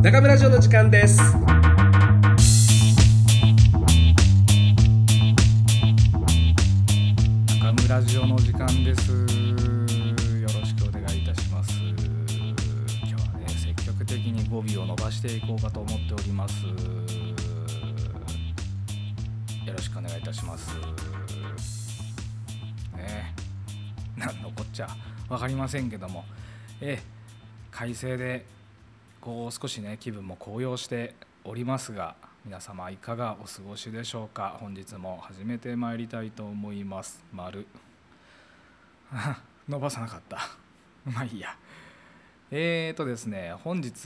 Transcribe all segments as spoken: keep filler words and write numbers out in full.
中村城の時間です。 中村城の時間です。よろしくお願いいたします。今日はね、積極的に語尾を伸ばしていこうかと思っております。よろしくお願いいたしますね。なんのこっちゃ分かりませんけども、え快晴でこう少しね気分も高揚しておりますが、皆様いかがお過ごしでしょうか。本日も始めてまいりたいと思います。丸伸ばさなかったまあいいや。えーとですね本日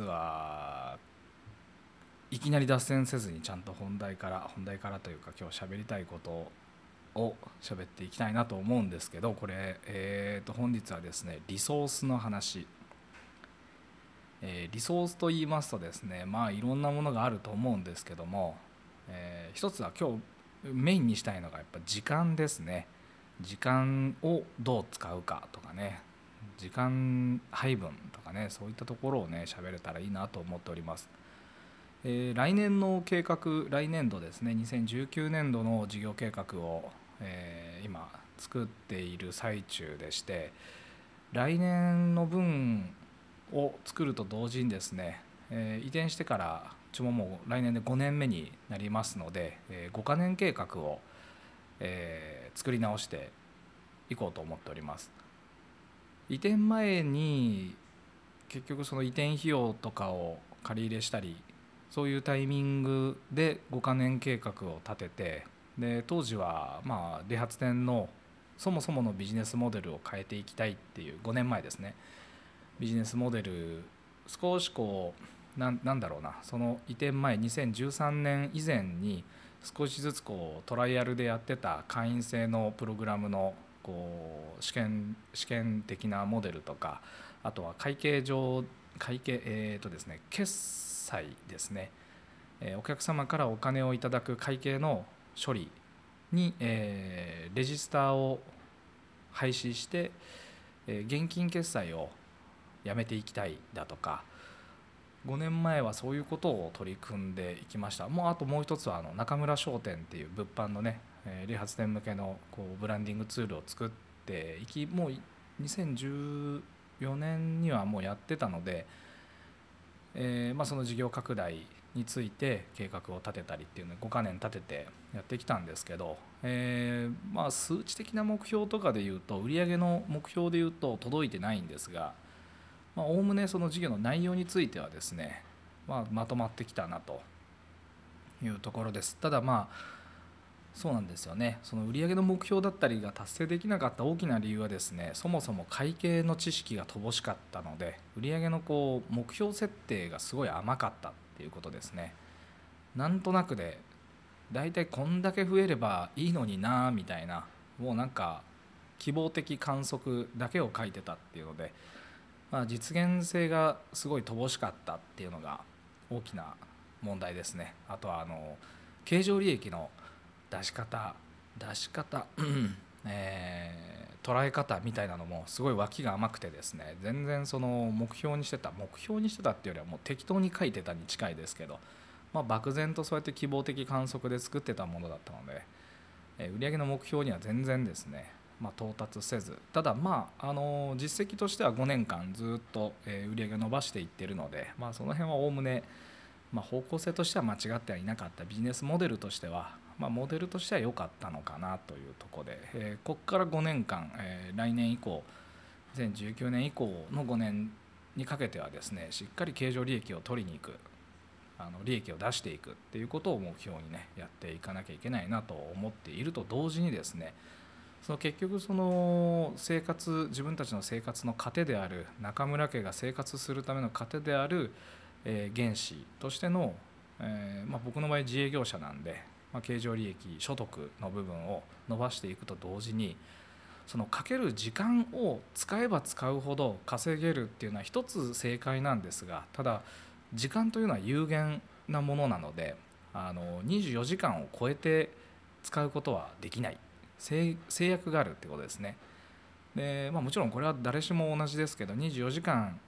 はいきなり脱線せずにちゃんと本題から本題からというか今日喋りたいことを喋っていきたいなと思うんですけど、これえーと本日はですねリソースの話。えー、リソースと言いますとですね、まあいろんなものがあると思うんですけども、えー、一つは今日メインにしたいのがやっぱ時間ですね。時間をどう使うかとかね、時間配分とかね、そういったところをね喋れたらいいなと思っております。えー、来年の計画、来年度ですね、にせんじゅうきゅうねんどの事業計画を、えー、今作っている最中でして、来年の分を作ると同時にですね、えー、移転してからうちももう来年でごねんめになりますので、えー、ごかねん計画を、えー、作り直していこうと思っております。移転前に結局その移転費用とかを借り入れしたり、そういうタイミングでごかねん計画を立てて、で当時はまあ理髪店のそもそものビジネスモデルを変えていきたいっていうごねんまえですね、ビジネスモデル少しこう な, なんだろうなその移転前にせんじゅうさんねん以前に少しずつこうトライアルでやってた会員制のプログラムのこう試験試験的なモデルとか、あとは会計上会計えーとですね決済ですね、えー、お客様からお金をいただく会計の処理に、えー、レジスターを廃止して、えー、現金決済をやめていきたいだとか、ごねんまえはそういうことを取り組んでいきました。もうあともう一つはあの中村商店っていう物販のね、えー、理髪店向けのこうブランディングツールを作っていき、もうにせんじゅうよねんにはもうやってたので、えーまあ、その事業拡大について計画を立てたりっていうのをごかねん立ててやってきたんですけど、えーまあ、数値的な目標とかでいうと売上の目標でいうと届いてないんですが、おおむねその事業の内容についてはですね、まあ、まとまってきたなというところです。ただまあそうなんですよね、その売上の目標だったりが達成できなかった大きな理由はですね、そもそも会計の知識が乏しかったので、売上のこう目標設定がすごい甘かったっていうことですね。なんとなくでだいたいこんだけ増えればいいのになみたいな、もうなんか希望的観測だけを書いてたっていうので、まあ、実現性がすごい乏しかったっていうのが大きな問題ですね。あとはあの経常利益の出し方出し方、えー、捉え方みたいなのもすごい脇が甘くてですね、全然その目標にしてた目標にしてたっていうよりはもう適当に書いてたに近いですけど、まあ、漠然とそうやって希望的観測で作ってたものだったので、えー、売上の目標には全然ですね、まあ、到達せず、ただまあ、あの実績としてはごねんかんずっと売り上げを伸ばしていっているので、まあ、その辺はおおむね、まあ、方向性としては間違ってはいなかった、ビジネスモデルとしては、まあ、モデルとしては良かったのかなというところで、えー、ここからごねんかん、えー、来年以降にせんじゅうきゅうねん以降のごねんにかけてはですね、しっかり経常利益を取りに行く、あの利益を出していくっていうことを目標にねやっていかなきゃいけないなと思っていると同時にですね、その結局その生活自分たちの生活の糧である、中村家が生活するための糧である、えー、原資としての、えーまあ、僕の場合自営業者なんで、まあ、経常利益所得の部分を伸ばしていくと同時に、そのかける時間を使えば使うほど稼げるっていうのは一つ正解なんですが、ただ時間というのは有限なものなので、あのにじゅうよじかんを超えて使うことはできない、制約があるってことですね。で、まあ、もちろんこれは誰しも同じですけど、にじゅうよじかん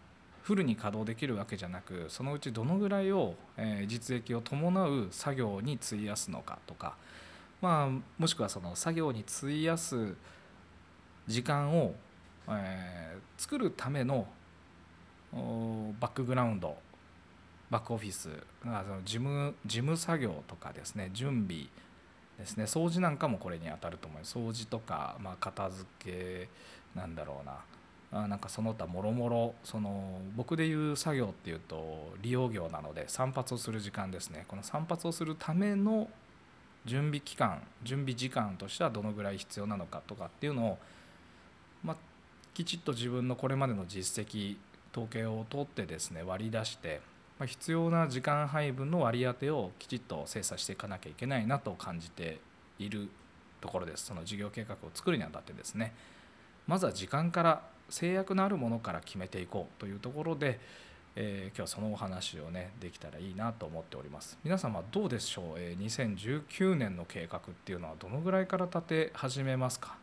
フルに稼働できるわけじゃなく、そのうちどのぐらいを、えー実益を伴う作業に費やすのかとか、まあ、もしくはその作業に費やす時間を、えー作るためのおバックグラウンド、バックオフィス、あその事務事務作業とかですね、準備ですね、掃除なんかもこれに当たると思います。掃除とか、まあ、片付け、なんだろうな、あなんかその他もろもろ、その僕でいう作業っていうと利用業なので散髪をする時間ですね。この散髪をするための準備期間、準備時間としてはどのぐらい必要なのかとかっていうのを、まあ、きちっと自分のこれまでの実績、統計を取ってですね割り出して、まあ、必要な時間配分の割り当てをきちっと精査していかなきゃいけないなと感じているところです。その事業計画を作るにあたってですね、まずは時間から、制約のあるものから決めていこうというところで、えー今日はそのお話をねできたらいいなと思っております。皆様どうでしょう、えーにせんじゅうきゅうねんの計画っていうのはどのぐらいから立て始めますか？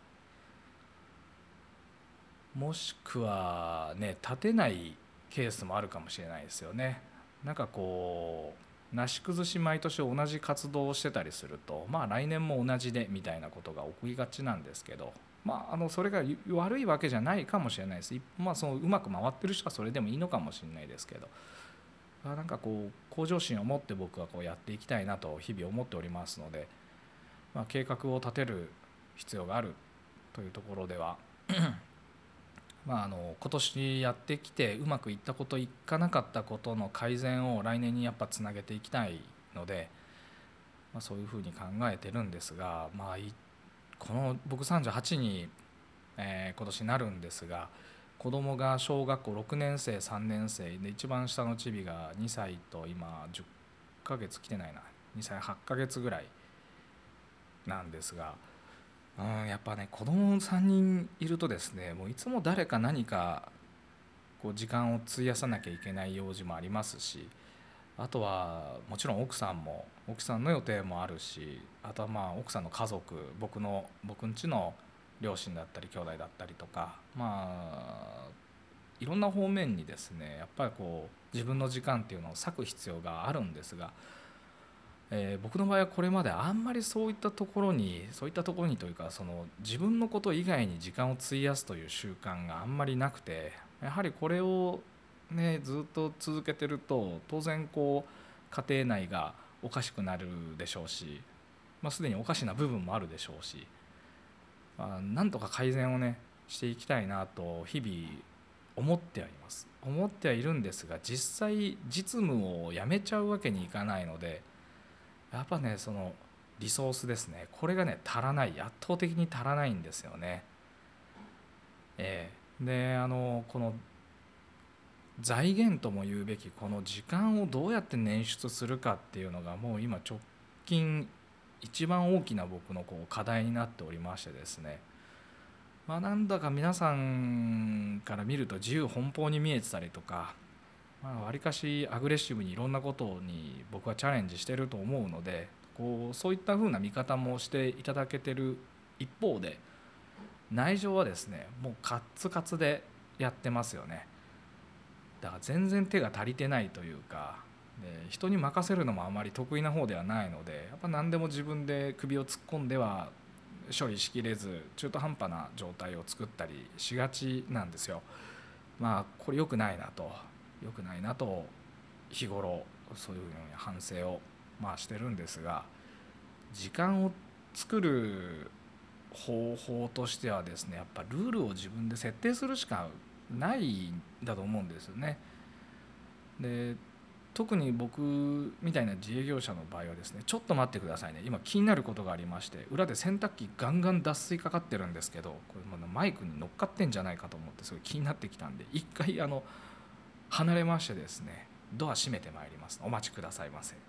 もしくはね立てないケースもあるかもしれないですよね。なんかこうなし崩し毎年同じ活動をしてたりすると、まあ来年も同じでみたいなことが起こりがちなんですけど、まあ、あのそれが悪いわけじゃないかもしれないです。まあ、そのうまく回ってる人はそれでもいいのかもしれないですけど、あなんかこう向上心を持って僕はこうやっていきたいなと日々思っておりますので、まあ、計画を立てる必要があるというところではまあ、あの今年やってきてうまくいったこといかなかったことの改善を来年にやっぱつなげていきたいので、まあ、そういうふうに考えてるんですが、まあ、いこの僕さんじゅうはちに、えー今年なるんですが、子供が小学校ろくねん生さんねん生で一番下のチビがにさいと今じゅっかげつ来てないな、にさいはっかげつぐらいなんですが、うん、やっぱね子供さんにんいるとですね、もういつも誰か何かこう時間を費やさなきゃいけない用事もありますし、あとはもちろん奥さんも奥さんの予定もあるし、あとはまあ奥さんの家族、僕の僕ん家の両親だったり兄弟だったりとか、まあいろんな方面にですねやっぱりこう自分の時間っていうのを割く必要があるんですが、えー僕の場合はこれまであんまりそういったところにそういったところにというか、その自分のこと以外に時間を費やすという習慣があんまりなくて、やはりこれをねずっと続けてると当然こう家庭内がおかしくなるでしょうし、まあ、すでにおかしな部分もあるでしょうし、まあ、なんとか改善をねしていきたいなと日々思ってはいます思ってはいるんですが、実際実務をやめちゃうわけにいかないので、やっぱねそのリソースですね、これがね足らない、圧倒的に足らないんですよね。ええであのこの財源とも言うべきこの時間をどうやって捻出するかっていうのがもう今直近一番大きな僕のこう課題になっておりましてですね、まあ、なんだか皆さんから見ると自由奔放に見えてたりとか、わりかしアグレッシブにいろんなことに僕はチャレンジしてると思うので、こうそういった風な見方もしていただけてる一方で、内情はですねもうカッツカツでやってますよね。だから全然手が足りてないというか、で人に任せるのもあまり得意な方ではないので、やっぱ何でも自分で首を突っ込んでは処理しきれず中途半端な状態を作ったりしがちなんですよ。まあこれ良くないなと良くないなと日頃そういうふうに反省をまあしてるんですが、時間を作る方法としてはですねやっぱルールを自分で設定するしかないんだと思うんですよね。で特に僕みたいな自営業者の場合はですね、ちょっと待ってくださいね、今気になることがありまして、裏で洗濯機ガンガン脱水かかってるんですけど、これもうマイクに乗っかってんじゃないかと思ってすごい気になってきたんで、一回あの離れましてですねドア閉めてまいります。お待ちくださいませ。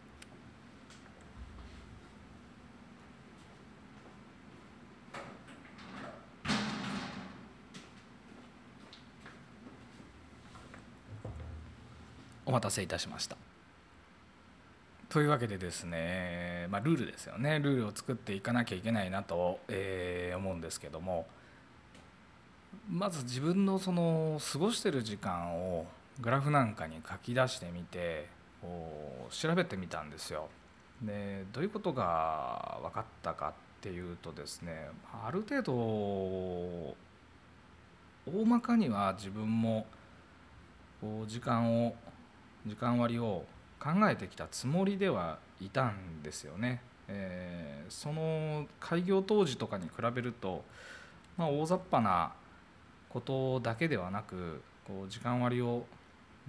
お待たせいたしました。というわけでですね、まあ、ルールですよね。ルールを作っていかなきゃいけないなと、えー思うんですけども、まず自分のその過ごしてる時間をグラフなんかに書き出してみてこう調べてみたんですよ。でどういうことが分かったかっていうとですね、ある程度大まかには自分もこう時間を時間割を考えてきたつもりではいたんですよね。えーその開業当時とかに比べると、まあ、大雑把なことだけではなくこう時間割を、うん、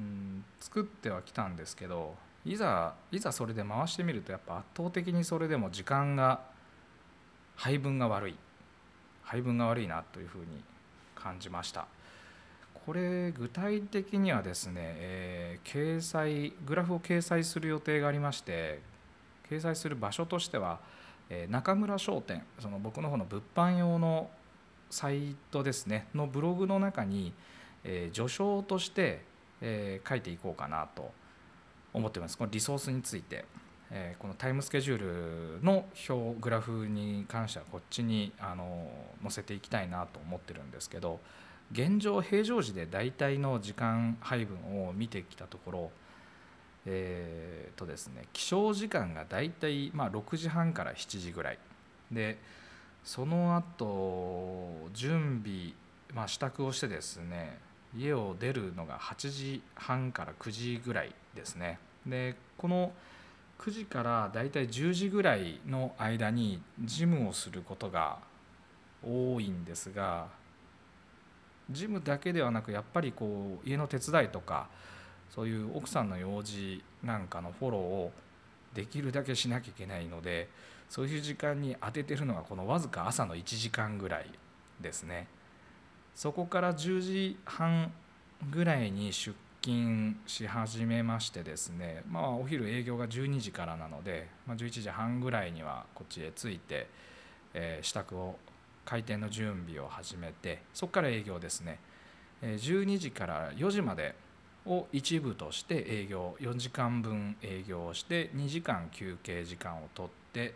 作ってはきたんですけど、いざいざそれで回してみるとやっぱ圧倒的にそれでも時間が配分が悪い配分が悪いなというふうに感じました。これ具体的にはですね、えー掲載グラフを掲載する予定がありまして、掲載する場所としては、えー中村商店、その僕の方の物販用のサイトですねのブログの中に、えー序章として、えー書いていこうかなと思っています。このリソースについて、えーこのタイムスケジュールの表グラフに関してはこっちにあの載せていきたいなと思ってるんですけど、現状平常時で大体の時間配分を見てきたところ、えーとですね、起床時間が大体まあろくじはんからしちじぐらいで、その後準備、まあ、支度をしてですね、家を出るのがはちじはんからくじぐらいですね。でこのくじからだいたいじゅうじぐらいの間にジムをすることが多いんですが、ジムだけではなくやっぱりこう家の手伝いとかそういう奥さんの用事なんかのフォローをできるだけしなきゃいけないので、そういう時間に当ててるのがこのわずか朝のいちじかんぐらいですね。そこからじゅうじはんぐらいに出勤し始めましてですね、まあお昼営業がじゅうにじからなので、まあ、じゅういちじはんぐらいにはこっちへ着いて、えー支度を開店の準備を始めて、そこから営業ですね。えーじゅうにじからよじまでを一部として営業よじかんぶん営業をしてにじかん休憩時間を取って、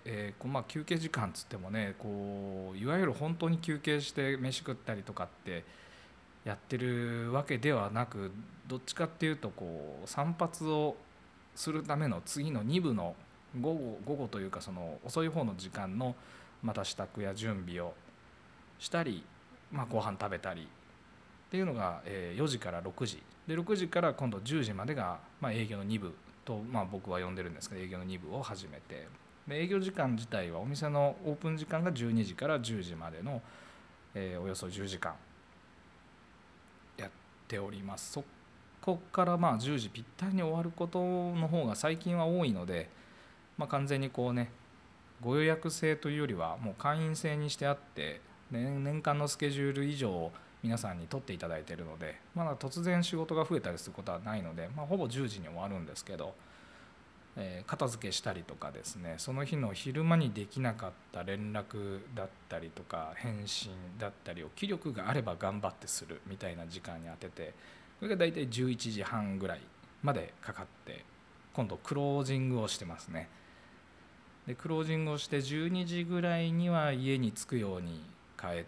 えーこうまあ、休憩時間つってもね、こういわゆる本当に休憩して飯食ったりとかってやってるわけではなく、どっちかっていうとこう散髪をするための次のに部の午後午後というかその遅い方の時間のまた支度や準備をしたり、まあ、ご飯食べたりっていうのがよじからろくじで、ろくじから今度じゅうじまでがまあ営業のに部と、まあ、僕は呼んでるんですけど営業のに部を始めて、で営業時間自体はお店のオープン時間がじゅうにじからじゅうじまでの、えーおよそじゅうじかんやっております。そこからまあじゅうじぴったりに終わることの方が最近は多いので、まあ、完全にこうね、ご予約制というよりはもう会員制にしてあって、年年間のスケジュール以上を皆さんに取っていただいているので、まだ突然仕事が増えたりすることはないので、まあ、ほぼじゅうじに終わるんですけど、えー片付けしたりとかですね、その日の昼間にできなかった連絡だったりとか返信だったりを気力があれば頑張ってするみたいな時間に当てて、これがだいたいじゅういちじはんぐらいまでかかって、今度クロージングをしてますね。でクロージングをしてじゅうにじぐらいには家に着くように帰って、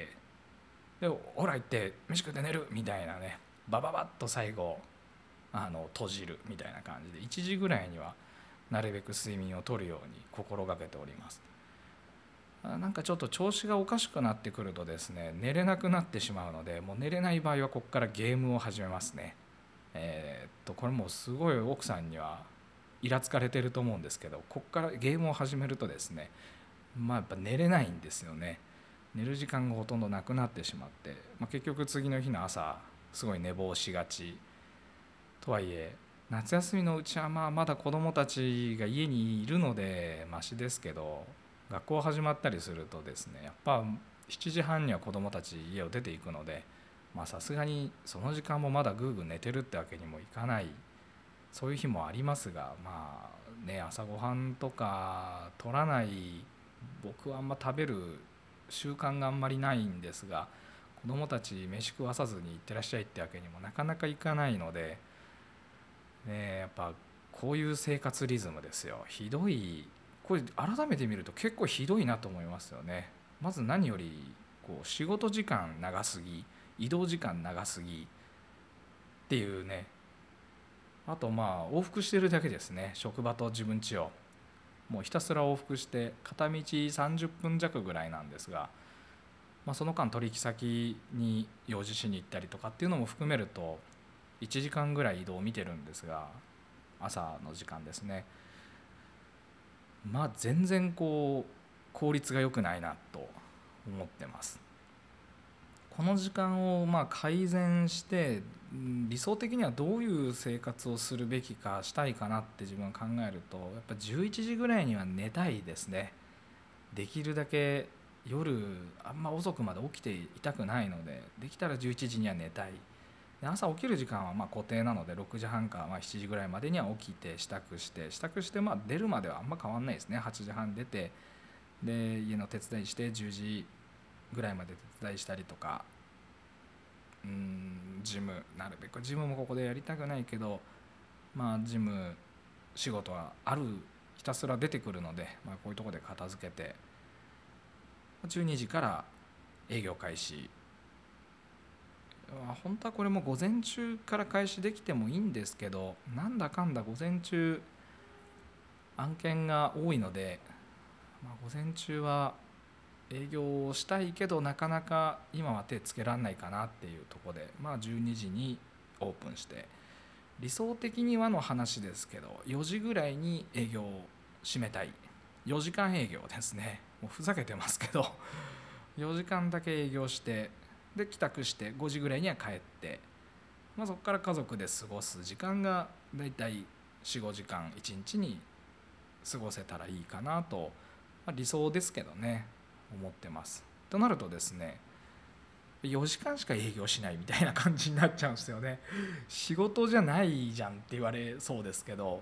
でほら行って飯食って寝るみたいなね、バババッと最後あの閉じるみたいな感じでいちじぐらいにはなるべく睡眠をとるように心がけております。なんかちょっと調子がおかしくなってくるとですね、寝れなくなってしまうので、もう寝れない場合はここからゲームを始めますね。えーっとこれもうすごい奥さんにはイラつかれてると思うんですけど、ここからゲームを始めるとですね、まあやっぱ寝れないんですよね。寝る時間がほとんどなくなってしまって、まあ、結局次の日の朝すごい寝坊しがちとはいえ、夏休みのうちはまあまだ子どもたちが家にいるのでマシですけど、学校始まったりするとですね、やっぱしちじはんには子どもたち家を出ていくので、さすがにその時間もまだぐーぐー寝てるってわけにもいかない、そういう日もありますが、まあね、朝ごはんとか取らない、僕はあんま食べる習慣があんまりないんですが、子どもたち飯食わさずに行ってらっしゃいってわけにもなかなかいかないので、ね、やっぱこういう生活リズムですよ。ひどい、これ改めて見ると結構ひどいなと思いますよね。まず何よりこう仕事時間長すぎ、移動時間長すぎていうね。あとまあ往復してるだけですね、職場と自分家を。もうひたすら往復して片道さんじゅっぷん弱ぐらいなんですが、まあ、その間取引先に用事しに行ったりとかっていうのも含めるといちじかんぐらい移動を見てるんですが、朝の時間ですね。まあ全然こう効率が良くないなと思ってます。この時間をまあ改善して、理想的にはどういう生活をするべきかしたいかなって自分は考えると、やっぱじゅういちじぐらいには寝たいですね。できるだけ夜あんま遅くまで起きていたくないので、できたらじゅういちじには寝たい。で朝起きる時間はまあ固定なのでろくじはんかまあしちじぐらいまでには起きて支度して支度してまあ出るまではあんま変わんないですね。はちじはん出て、で家の手伝いしてじゅうじぐらいまで手伝いしたりとか、うーんジム、なるべくジムもここでやりたくないけど、まあジム仕事はある、ひたすら出てくるので、まあ、こういうところで片付けてじゅうにじから営業開始。本当はこれも午前中から開始できてもいいんですけど、なんだかんだ午前中案件が多いので、まあ、午前中は営業をしたいけどなかなか今は手つけられないかなっていうところで、まあ、じゅうにじにオープンして、理想的にはの話ですけどよじぐらいに営業を閉めたい。よじかん営業ですね。もうふざけてますけどよじかんだけ営業して、で帰宅してごじぐらいには帰って、まあ、そこから家族で過ごす時間がだいたいよん、ごじかんいちにちに過ごせたらいいかなと、まあ、理想ですけどね思ってます。となるとですね、よじかんしか営業しないみたいな感じになっちゃうんですよね。仕事じゃないじゃんって言われそうですけど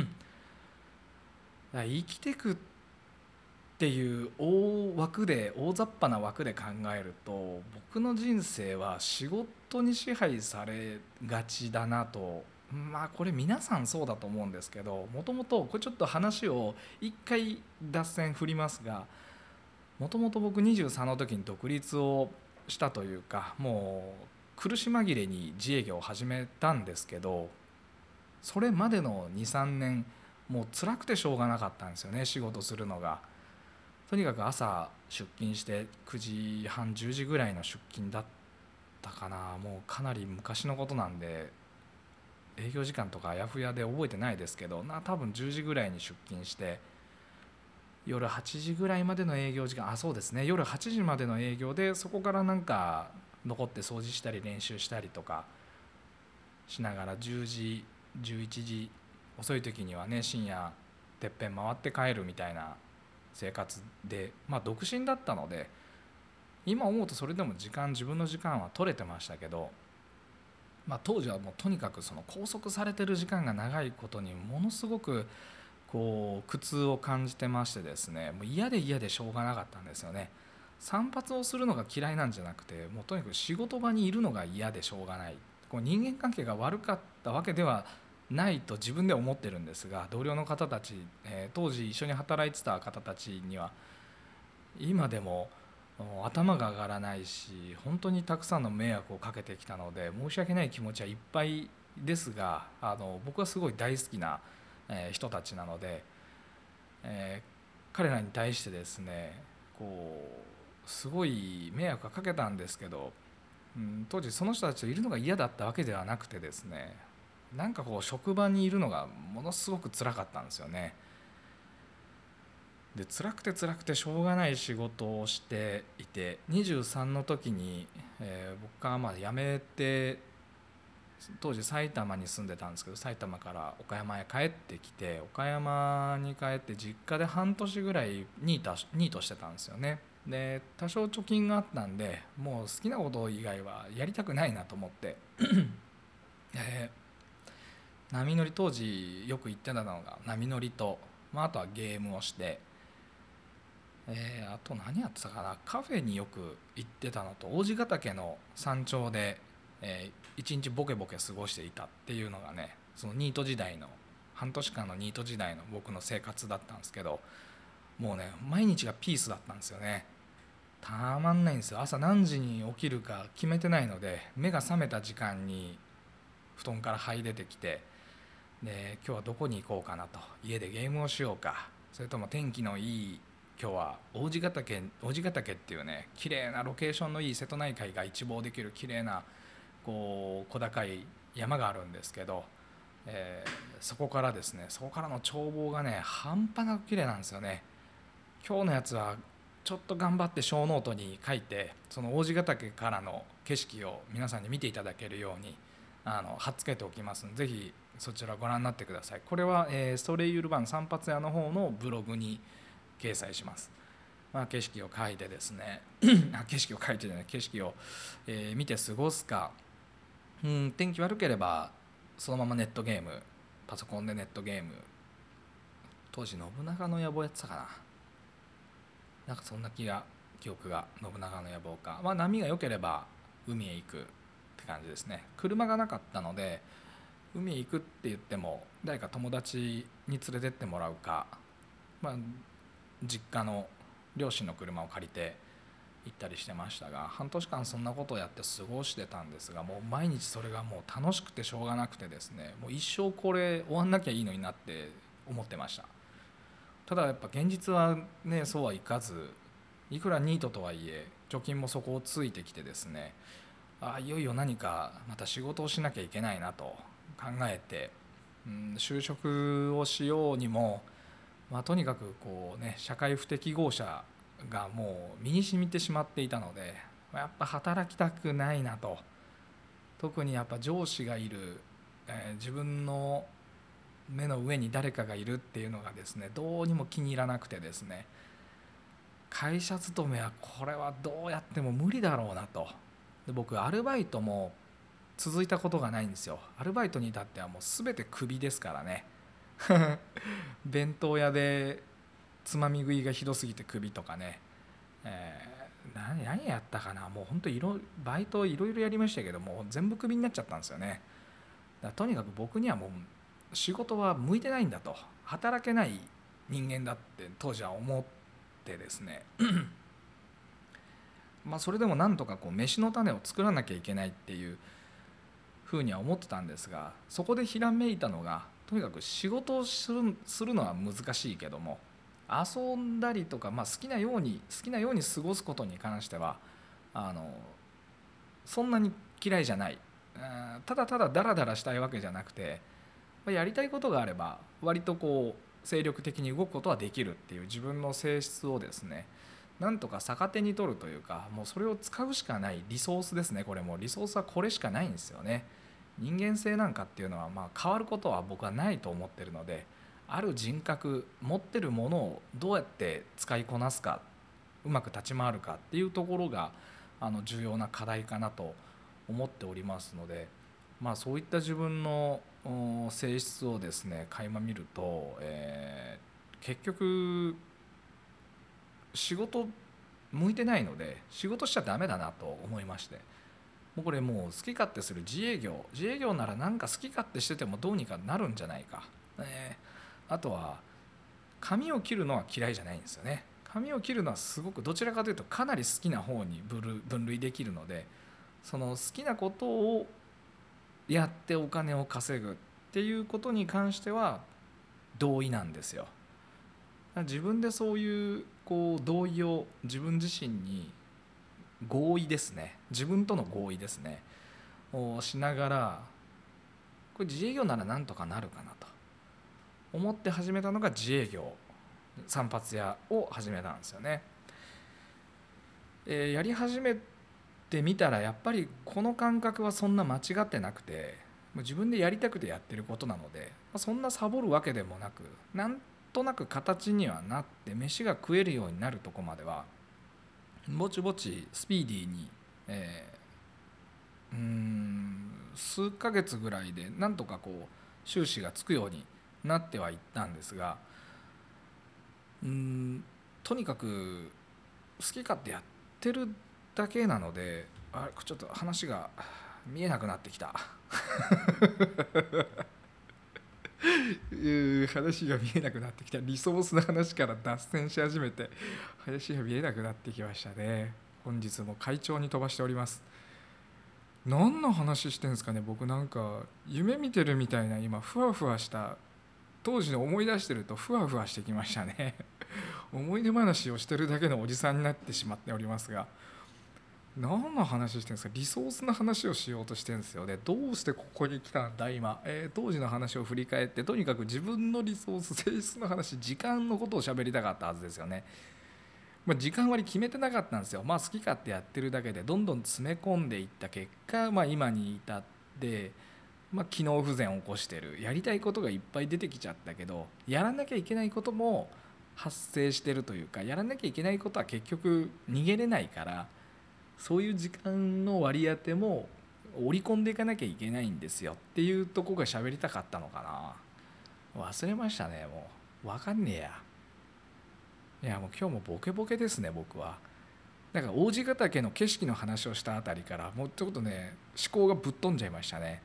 生きてくっていう大枠で、大雑把な枠で考えると、僕の人生は仕事に支配されがちだなと。まあこれ皆さんそうだと思うんですけど、もともとこれちょっと話を一回脱線振りますが、もともと僕にじゅうさんの時に独立をしたというか、もう苦し紛れに自営業を始めたんですけど、それまでのにさんねんもう辛くてしょうがなかったんですよね、仕事するのが。とにかく朝出勤してくじはんじゅうじぐらいの出勤だったかな。もうかなり昔のことなんで営業時間とかあやふやで覚えてないですけど、な多分じゅうじぐらいに出勤して夜はちじぐらいまでの営業時間、あそうですね、夜はちじまでの営業で、そこからなんか残って掃除したり練習したりとかしながらじゅうじじゅういちじ、遅い時にはね深夜てっぺん回って帰るみたいな生活で、まあ独身だったので今思うとそれでも時間自分の時間は取れてましたけど、まあ、当時はもうとにかくその拘束されてる時間が長いことにものすごくこう苦痛を感じてましてですね、もう嫌で嫌でしょうがなかったんですよね。散髪をするのが嫌いなんじゃなくて、もうとにかく仕事場にいるのが嫌でしょうがない。こう人間関係が悪かったわけではないと自分では思ってるんですが、同僚の方たち、えー当時一緒に働いてた方たちには今でも頭が上がらないし、本当にたくさんの迷惑をかけてきたので申し訳ない気持ちはいっぱいですが、あの僕はすごい大好きなえー人たちなので、えー彼らに対してですねこうすごい迷惑はかけたんですけど、うん、当時その人たちといるのが嫌だったわけではなくてですね、なんかこう職場にいるのがものすごく辛かったんですよね。で辛くて辛くてしょうがない仕事をしていて、にじゅうさんの時に、えー僕がまあ辞めて、当時埼玉に住んでたんですけど、埼玉から岡山へ帰ってきて、岡山に帰って実家で半年ぐらいニートニートしてたんですよね。で多少貯金があったんで、もう好きなこと以外はやりたくないなと思って、えー波乗り、当時よく行ってたのが波乗りと、まあ、あとはゲームをして、えーあと何やってたかな、カフェによく行ってたのと、王子ヶ岳の山頂で、えー一日ボケボケ過ごしていたっていうのがね、そのニート時代の半年間のニート時代の僕の生活だったんですけど、もうね毎日がピースだったんですよね。たまんないんですよ。朝何時に起きるか決めてないので、目が覚めた時間に布団から這い出てきて、で今日はどこに行こうかなと、家でゲームをしようか、それとも天気のいい今日は王子ヶ岳王子ヶ岳っていうね、綺麗なロケーションのいい瀬戸内海が一望できる綺麗なこう小高い山があるんですけど、えー、そこからですねそこからの眺望がね半端なく綺麗なんですよね。今日のやつはちょっと頑張って小ノートに書いて、その王子ヶ岳からの景色を皆さんに見ていただけるようにあの貼っつけておきますので、ぜひそちらご覧になってください。これは、えー、ソレイユルバン散髪屋の方のブログに掲載します。まあ、景色を描いてですね景色を描いてじゃない景色を、えー、見て過ごすか、うん、天気悪ければそのままネットゲーム、パソコンでネットゲーム、当時信長の野望やってたかな、なんかそんな気が記憶が信長の野望か、まあ、波が良ければ海へ行くって感じですね。車がなかったので海へ行くって言っても誰か友達に連れてってもらうか、まあ、実家の両親の車を借りて行ったりしてましたが、半年間そんなことをやって過ごしてたんですが、もう毎日それがもう楽しくてしょうがなくてですね、もう一生これ終わんなきゃいいのになって思ってました。ただやっぱ現実はねそうはいかず、いくらニートとはいえ貯金もそこをついてきてですね、あいよいよ何かまた仕事をしなきゃいけないなと考えて、うん、就職をしようにも、まあ、とにかくこうね社会不適合者がもう身に染みてしまっていたので、やっぱ働きたくないなと。特にやっぱ上司がいる、えー、自分の目の上に誰かがいるっていうのがですねどうにも気に入らなくてですね、会社勤めはこれはどうやっても無理だろうなと。で僕アルバイトも続いたことがないんですよ。アルバイトに至ってはもう全てクビですからね弁当屋でつまみ食いがひどすぎてクビとかね、えー、何, 何やったかな、もう本当いろバイトいろいろやりましたけども全部クビになっちゃったんですよね。だからとにかく僕にはもう仕事は向いてないんだと、働けない人間だって当時は思ってですねまあそれでもなんとかこう飯の種を作らなきゃいけないっていうふうには思ってたんですが、そこでひらめいたのが、とにかく仕事をする、するのは難しいけども遊んだりとか、まあ、好きなように好きなように過ごすことに関してはあのそんなに嫌いじゃない、ただただダラダラしたいわけじゃなくて、やりたいことがあれば割とこう精力的に動くことはできるっていう自分の性質をですねなんとか逆手に取るというか、もうそれを使うしかないリソースですね。これもリソースはこれしかないんですよね。人間性なんかっていうのはまあ変わることは僕はないと思ってるので、ある人格持ってるものをどうやって使いこなすか、うまく立ち回るかっていうところがあの重要な課題かなと思っておりますので、まあ、そういった自分の性質をですね垣間見ると、えー、結局仕事向いてないので仕事しちゃダメだなと思いまして、もうこれもう好き勝手する自営業自営業ならなんか好き勝手しててもどうにかなるんじゃないか、えー、あとは髪を切るのは嫌いじゃないんですよね。髪を切るのはすごくどちらかというとかなり好きな方に分類できるので、その好きなことをやってお金を稼ぐっていうことに関しては同意なんですよ。自分でそういうこう同意を自分自身に合意ですね自分との合意ですねをしながら、これ自営業ならなんとかなるかなと思って始めたのが自営業散髪屋を始めたんですよね。えー、やり始めてみたらやっぱりこの感覚はそんな間違ってなくて、自分でやりたくてやってることなのでそんなサボるわけでもなく、なんとなく形にはなって飯が食えるようになるとこまではぼちぼちスピーディーに、えー、うーん数ヶ月ぐらいでなんとかこう収支がつくようになってはいったんですが、うーんとにかく好き勝手やってるだけなので、あちょっと話が見えなくなってきた話が見えなくなってきた。リソースの話から脱線し始めて話が見えなくなってきましたね。本日も快調に飛ばしております。 何の話してんですかね。僕なんか夢見てるみたいな、今ふわふわした当時の思い出してるとふわふわしてきましたね。思い出話をしてるだけのおじさんになってしまっておりますが、何の話してるんですか。リソースの話をしようとしてるんですよね。どうしてここに来たんだ今、えー当時の話を振り返って、とにかく自分のリソース性質の話、時間のことを喋りたかったはずですよね。まあ、時間割決めてなかったんですよ。まあ好き勝手やってるだけでどんどん詰め込んでいった結果、まあ、今に至って、まあ、機能不全を起こしてる、やりたいことがいっぱい出てきちゃったけど、やらなきゃいけないことも発生してるというか、やらなきゃいけないことは結局逃げれないから、そういう時間の割り当ても織り込んでいかなきゃいけないんですよっていうとこが喋りたかったのかな。忘れましたね。もう分かんねえや。いやもう今日もボケボケですね僕は。なんか王子ヶ岳の景色の話をしたあたりからもうちょっとね思考がぶっ飛んじゃいましたね。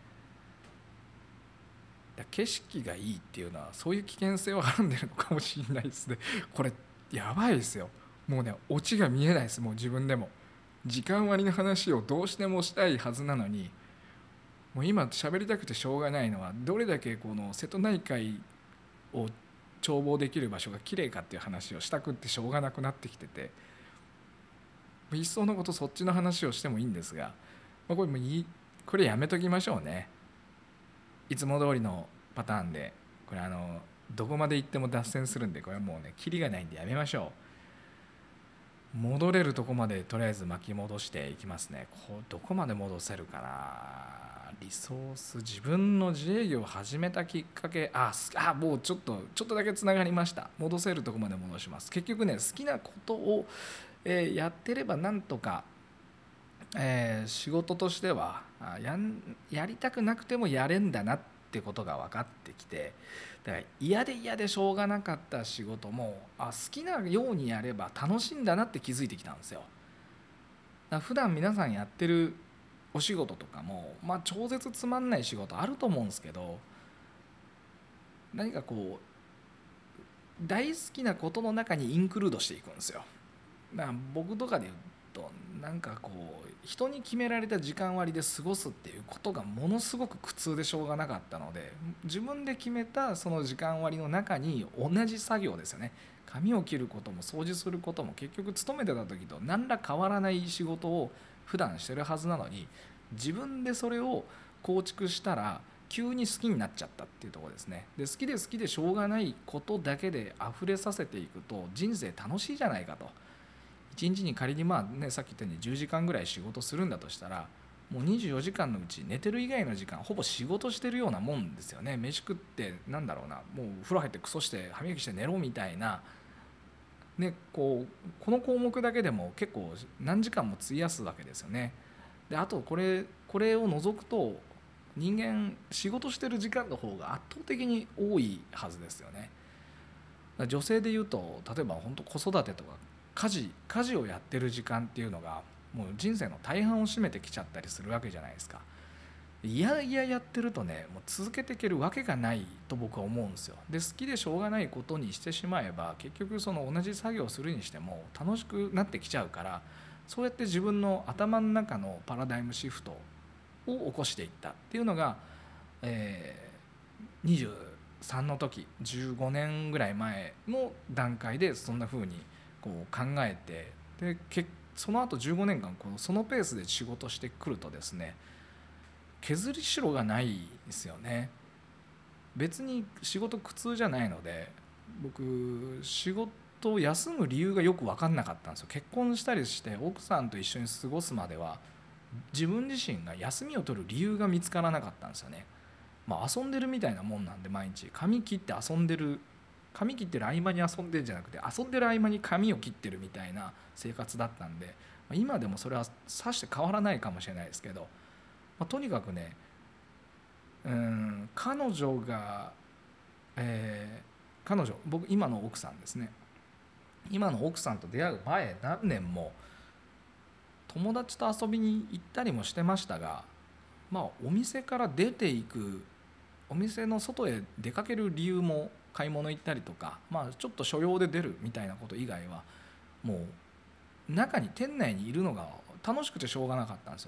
だから景色がいいっていうのはそういう危険性をはらんでるのかもしれないですね。これやばいですよ。もうねオチが見えないです。もう自分でも時間割の話をどうしてもしたいはずなのに、もう今喋りたくてしょうがないのはどれだけこの瀬戸内海を眺望できる場所が綺麗かっていう話をしたくってしょうがなくなってきてて、いっそのことそっちの話をしてもいいんですが、まあ、これもいいこれやめときましょうね。いつも通りのパターンで、これあのどこまで行っても脱線するんで、これはもうねキリがないんでやめましょう。戻れるとこまでとりあえず巻き戻していきますね。こうどこまで戻せるかな。リソース、自分の自営業を始めたきっかけ、ああもうちょっとちょっとだけつながりました。戻せるとこまで戻します。結局ね好きなことを、えーやってればなんとか、えー仕事としてはあやんやりたくなくてもやれんだなってことが分かってきて、だから嫌で嫌でしょうがなかった仕事もあ好きなようにやれば楽しいんだなって気づいてきたんですよ。だから普段皆さんやってるお仕事とかも、まあ、超絶つまんない仕事あると思うんですけど、何かこう大好きなことの中にインクルードしていくんですよ。だから僕とかで言うとなんかこう人に決められた時間割で過ごすっていうことがものすごく苦痛でしょうがなかったので、自分で決めたその時間割の中に同じ作業ですよね、髪を切ることも掃除することも結局勤めてた時と何ら変わらない仕事を普段してるはずなのに、自分でそれを構築したら急に好きになっちゃったっていうところですね。で好きで好きでしょうがないことだけで溢れさせていくと人生楽しいじゃないかと。いちにちに仮にまあねさっき言ったようにじゅうじかんぐらい仕事するんだとしたら、もうにじゅうよじかんのうち寝てる以外の時間ほぼ仕事してるようなもんですよね。飯食ってなんだろうな、もう風呂入ってクソして歯磨きして寝ろみたいな、ね、こうこの項目だけでも結構何時間も費やすわけですよね。であとこれこれを除くと人間仕事してる時間の方が圧倒的に多いはずですよね。女性でいうと例えば本当子育てとか家事家事をやってる時間っていうのがもう人生の大半を占めてきちゃったりするわけじゃないですか。いやいややってるとねもう続けていけるわけがないと僕は思うんですよ。で好きでしょうがないことにしてしまえば結局その同じ作業をするにしても楽しくなってきちゃうから、そうやって自分の頭の中のパラダイムシフトを起こしていったっていうのが、えー、にじゅうさんの時じゅうごねんぐらい前の段階でそんな風にこう考えて、でけその後じゅうごねんかんこのそのペースで仕事してくるとですね、削りしろがないですよね。別に仕事苦痛じゃないので、僕仕事を休む理由がよく分かんなかったんですよ。結婚したりして奥さんと一緒に過ごすまでは自分自身が休みを取る理由が見つからなかったんですよね。まあ遊んでるみたいなもんなんで、毎日髪切って遊んでる、髪切ってる合間に遊んでるんじゃなくて遊んでる合間に髪を切ってるみたいな生活だったんで、今でもそれはさして変わらないかもしれないですけど、まあ、とにかくね、うん彼女が、えー彼女僕今の奥さんですね、今の奥さんと出会う前何年も友達と遊びに行ったりもしてましたが、まあお店から出ていく、お店の外へ出かける理由も買い物行ったりとか、まあちょっと所用で出るみたいなこと以外はもう中に店内にいるのが楽しくてしょうがなかったんですよね。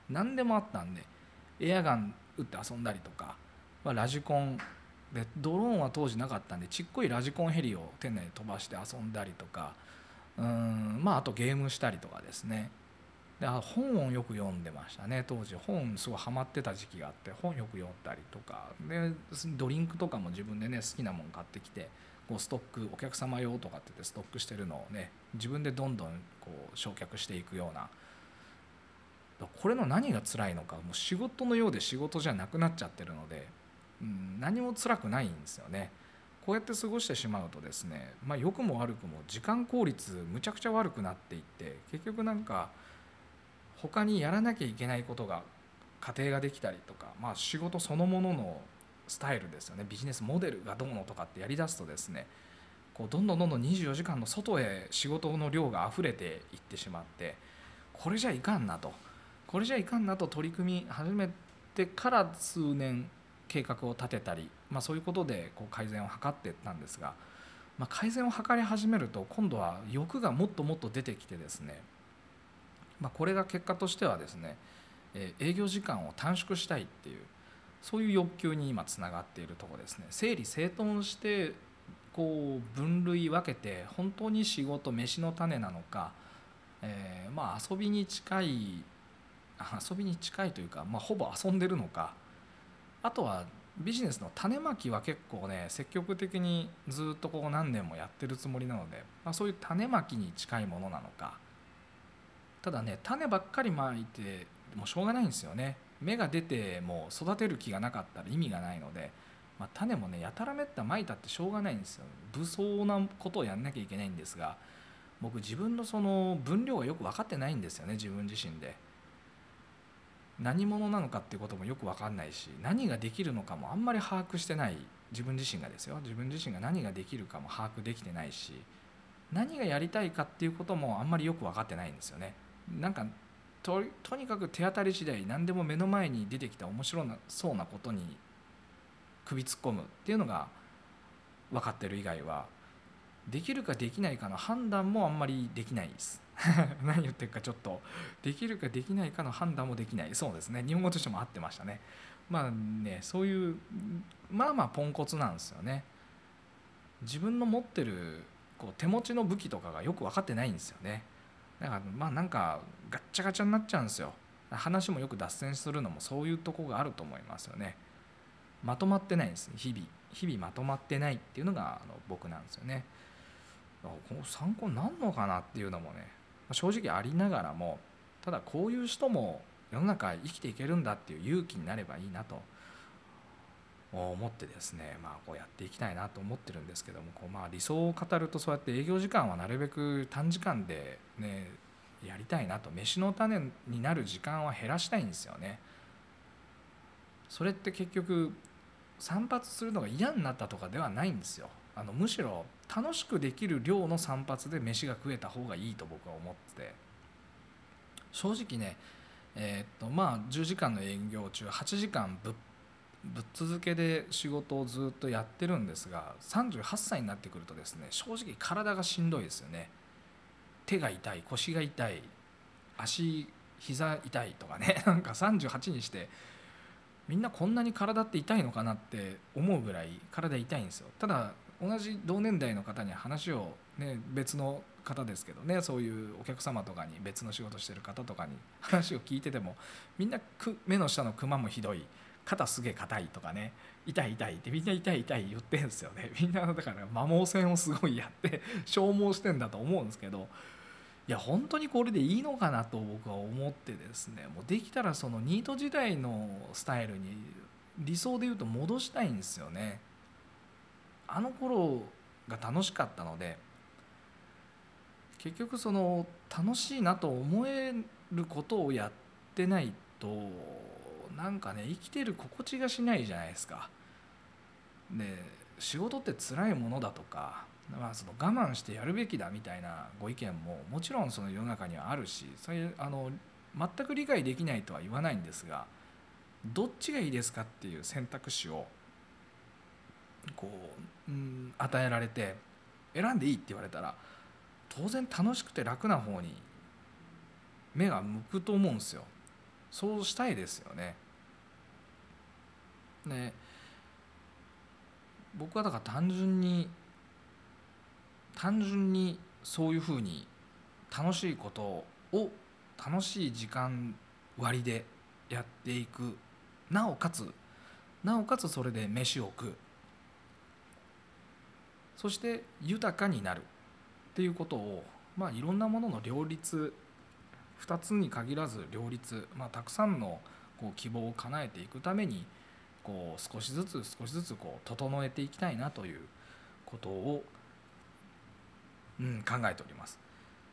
何でもあったんで、エアガン撃って遊んだりとか、まあ、ラジコンで、ドローンは当時なかったんでちっこいラジコンヘリを店内で飛ばして遊んだりとか、うーんまああとゲームしたりとかですね。で本をよく読んでましたね。当時本すごいハマってた時期があって、本よく読んだりとかで、ドリンクとかも自分でね好きなもん買ってきて、こうストック、お客様用とかって言ってストックしてるのをね自分でどんどんこう焼却していくような、これの何が辛いのか、もう仕事のようで仕事じゃなくなっちゃってるので、うん、何も辛くないんですよね。こうやって過ごしてしまうとですね、まあ、良くも悪くも時間効率むちゃくちゃ悪くなっていって、結局なんか他にやらなきゃいけないことが、家庭ができたりとか、まあ、仕事そのもののスタイルですよね、ビジネスモデルがどうのとかってやりだすとですね、こうどんどんどんどんにじゅうよじかんの外へ仕事の量が溢れていってしまって、これじゃいかんなとこれじゃいかんなと取り組み始めてから数年計画を立てたり、まあ、そういうことでこう改善を図っていったんですが、まあ、改善を図り始めると今度は欲がもっともっと出てきてですね、まあ、これが結果としてはですね、えー営業時間を短縮したいっていう、そういう欲求に今つながっているところですね。整理整頓してこう分類分けて、本当に仕事飯の種なのか、えーまあ遊びに近い遊びに近いというか、まあ、ほぼ遊んでるのか、あとはビジネスの種まきは結構ね積極的にずっとこう何年もやってるつもりなので、まあ、そういう種まきに近いものなのか。ただね、種ばっかりまいてもうしょうがないんですよね。芽が出ても育てる気がなかったら意味がないので、まあ、種もねやたらめったまいたってしょうがないんですよ。無双なことをやんなきゃいけないんですが、僕自分のその分量がよく分かってないんですよね。自分自身で何者なのかっていうこともよく分かんないし、何ができるのかもあんまり把握してない。自分自身がですよ自分自身が何ができるかも把握できてないし、何がやりたいかっていうこともあんまりよく分かってないんですよね。なんか と, とにかく手当たり次第何でも目の前に出てきた面白そうなことに首突っ込むっていうのが分かってる以外は、できるかできないかの判断もあんまりできないです何言ってるかちょっと、できるかできないかの判断もできない。そうですね、日本語としても合ってましたね。まあね、そういうまあまあポンコツなんですよね。自分の持ってるこう手持ちの武器とかがよく分かってないんですよね。だからまあなんかガッチャガチャになっちゃうんですよ。話もよく脱線するのもそういうとこがあると思いますよね。まとまってないんです。日々日々まとまってないっていうのがあの僕なんですよね。だからこの参考になるのかなっていうのもね正直ありながらも、ただこういう人も世の中生きていけるんだっていう勇気になればいいなと思ってですね、まあ、こうやっていきたいなと思ってるんですけども、こうまあ理想を語るとそうやって営業時間はなるべく短時間でねやりたいなと、飯の種になる時間は減らしたいんですよね。それって結局散髪するのが嫌になったとかではないんですよ。あのむしろ楽しくできる量の散髪で飯が食えた方がいいと僕は思ってて、正直ねえー、っとまあじゅうじかんの営業中はちじかんぶっぶっ続けで仕事をずっとやってるんですが、さんじゅうはっさいになってくるとですね正直体がしんどいですよね。手が痛い、腰が痛い、足膝痛いとかねなんかさんじゅうはちにしてみんなこんなに体って痛いのかなって思うぐらい体痛いんですよ。ただ同じ同年代の方に話をね、別の方ですけどね、そういうお客様とかに別の仕事してる方とかに話を聞いてても、みんな目の下のクマもひどい、肩すげえ硬いとかね、痛い痛いってみんな痛い痛い言ってるんですよね。みんなだから摩耗戦をすごいやって消耗してんだと思うんですけど、いや本当にこれでいいのかなと僕は思ってですね、もうできたらそのニート時代のスタイルに理想で言うと戻したいんですよね。あの頃が楽しかったので、結局その楽しいなと思えることをやってないとなんかね生きてる心地がしないじゃないですか。で仕事って辛いものだとか、まあ、その我慢してやるべきだみたいなご意見ももちろんその世の中にはあるし、それあの全く理解できないとは言わないんですが、どっちがいいですかっていう選択肢をこう、うん、与えられて選んでいいって言われたら当然楽しくて楽な方に目が向くと思うんですよ。 そうしたいですよね。で僕はだから単純に単純にそういうふうに楽しいことを楽しい時間割でやっていく、なおかつなおかつそれで飯を食う、そして豊かになるっていうことを、まあいろんなものの両立、ふたつに限らず両立、まあ、たくさんのこう希望を叶えていくためにこう少しずつ少しずつこう整えていきたいなということを、うん、考えております。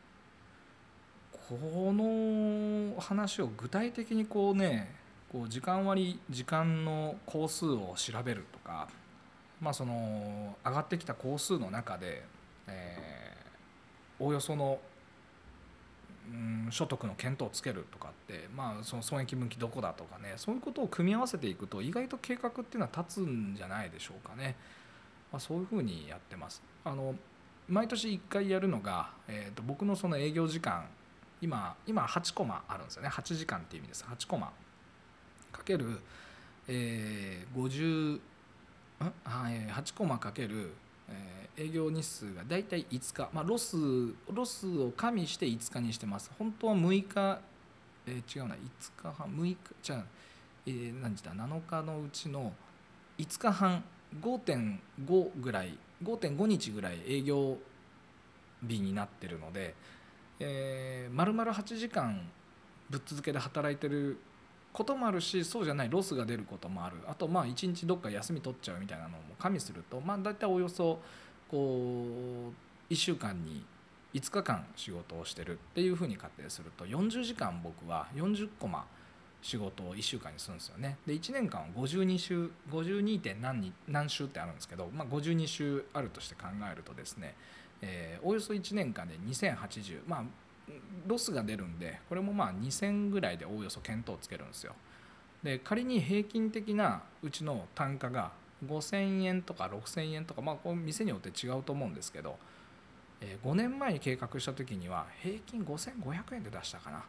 この話を具体的にこうね、こう時間割時間の工数を調べるとか、まあ、その上がってきた工数の中で、えー、おおよその、うん、所得の見当をつけるとかって、まあ、その損益分岐どこだとかね、そういうことを組み合わせていくと意外と計画っていうのは立つんじゃないでしょうかね。まあ、そういうふうにやってます。あの毎年いっかいやるのが、えー、と僕のその営業時間、今今はちコマあるんですよね。はちじかんっていう意味です。はちコマかける、えー、ごじゅう、んはい、はちコマかける、えー営業日数がだいたいいつか、まあ、ロスロスを加味していつかにしてます。本当はむいか、えー違うな、いつかはん、むいか、じゃあ、えー何日だ、なのかのうちのいつかはん、ごてんごぐらい、ごてんごにちぐらい営業日になってるので、えー、丸々はちじかんぶっ続けで働いてることもあるし、そうじゃないロスが出ることもある。あとまあいちにちどっか休み取っちゃうみたいなのも加味すると、まあ大体およそこういっしゅうかんにいつかかん仕事をしてるっていうふうに仮定すると、よんじゅうじかん僕はよんじゅっコマ仕事をいっしゅうかんにするんですよね。でいちねんかんはごじゅうに週 ごじゅうに. 点何に何週ってあるんですけど、まあ、ごじゅうに週あるとして考えるとですね、えー、およそいちねんかんでにせんはちじゅう、まあロスが出るんで、これもまあにせんぐらいでおおよそ見当をつけるんですよ。で仮に平均的なうちの単価がごせんえんとかろくせんえんとか、まあこれ店によって違うと思うんですけど、えー、ごねんまえに計画した時には平均ごせんごひゃくえんで出したかな。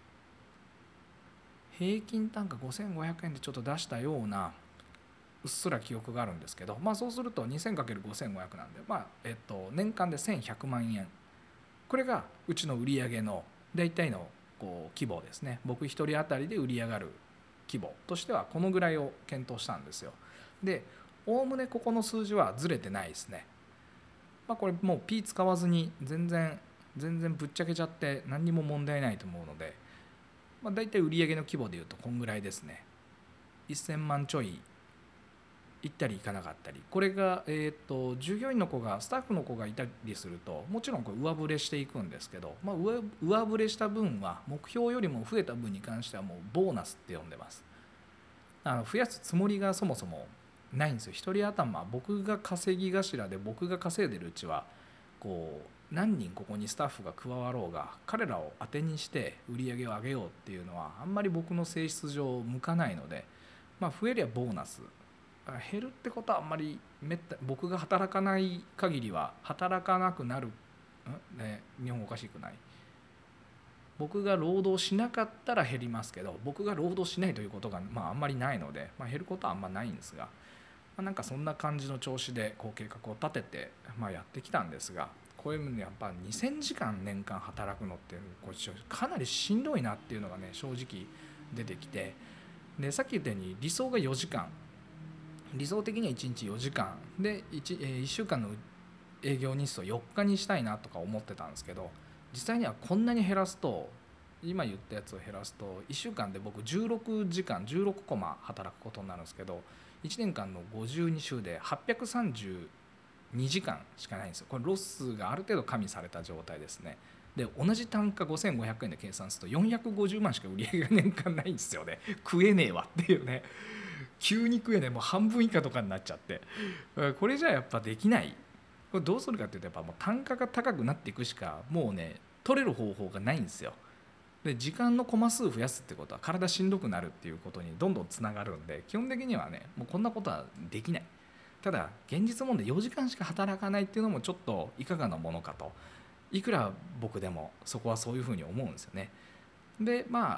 平均単価ごせんごひゃくえんでちょっと出したようなうっすら記憶があるんですけど、まあそうすると にせんかけるごせんごひゃく なんで、まあえっと年間でせんひゃくまんえん、これがうちの売上の大体のこう規模ですね。僕一人当たりで売り上がる規模としてはこのぐらいを検討したんですよ。でおおむねここの数字はずれてないですね。まあ、これもう P 使わずに全然全然ぶっちゃけちゃって何にも問題ないと思うので、まあ、大体売上の規模でいうとこんぐらいですね。せんまんちょい行ったり行かなかったり、これが、えー、と従業員の子がスタッフの子がいたりするともちろんこれ上振れしていくんですけど、まあ、上上振れした分は目標よりも増えた分に関してはもうボーナスって呼んでます。あの増やすつもりがそもそもないんですよ。一人頭僕が稼ぎ頭で僕が稼いでるうちはこう何人ここにスタッフが加わろうが彼らを当てにして売り上げを上げようっていうのはあんまり僕の性質上向かないので、まあ、増えりゃボーナス、減るってことはあんまりめった僕が働かない限りは働かなくなる、ん、ね、日本語おかしくない、僕が労働しなかったら減りますけど、僕が労働しないということが、まあ、あんまりないので、まあ、減ることはあんまないんですが、まあ、なんかそんな感じの調子でこう計画を立てて、まあ、やってきたんですが、これやっぱにせんじかん年間働くのってこうかなりしんどいなっていうのがね正直出てきて、でさっき言ったように理想がよじかん、理想的にはいちにちよじかんで 1, いっしゅうかんの営業日数をよっかにしたいなとか思ってたんですけど、実際にはこんなに減らすと、今言ったやつを減らすといっしゅうかんで僕じゅうろくじかんじゅうろくコマ働くことになるんですけど、いちねんかんのごじゅうに週ではっぴゃくさんじゅうにじかんしかないんですよ。これロスがある程度加味された状態ですね。で同じ単価ごせんごひゃくえんで計算するとよんひゃくごじゅうまんしか売り上げが年間ないんですよね。食えねえわっていうね、急に食えねえ、もう半分以下とかになっちゃって、これじゃやっぱできない。これどうするかっていうと、やっぱもう単価が高くなっていくしかもうね取れる方法がないんですよ。で時間のコマ数増やすってことは体しんどくなるっていうことにどんどんつながるんで、基本的にはねもうこんなことはできない。ただ現実問題よじかんしか働かないっていうのもちょっといかがなものかと、いくら僕でもそこはそういうふうに思うんですよね。でまあ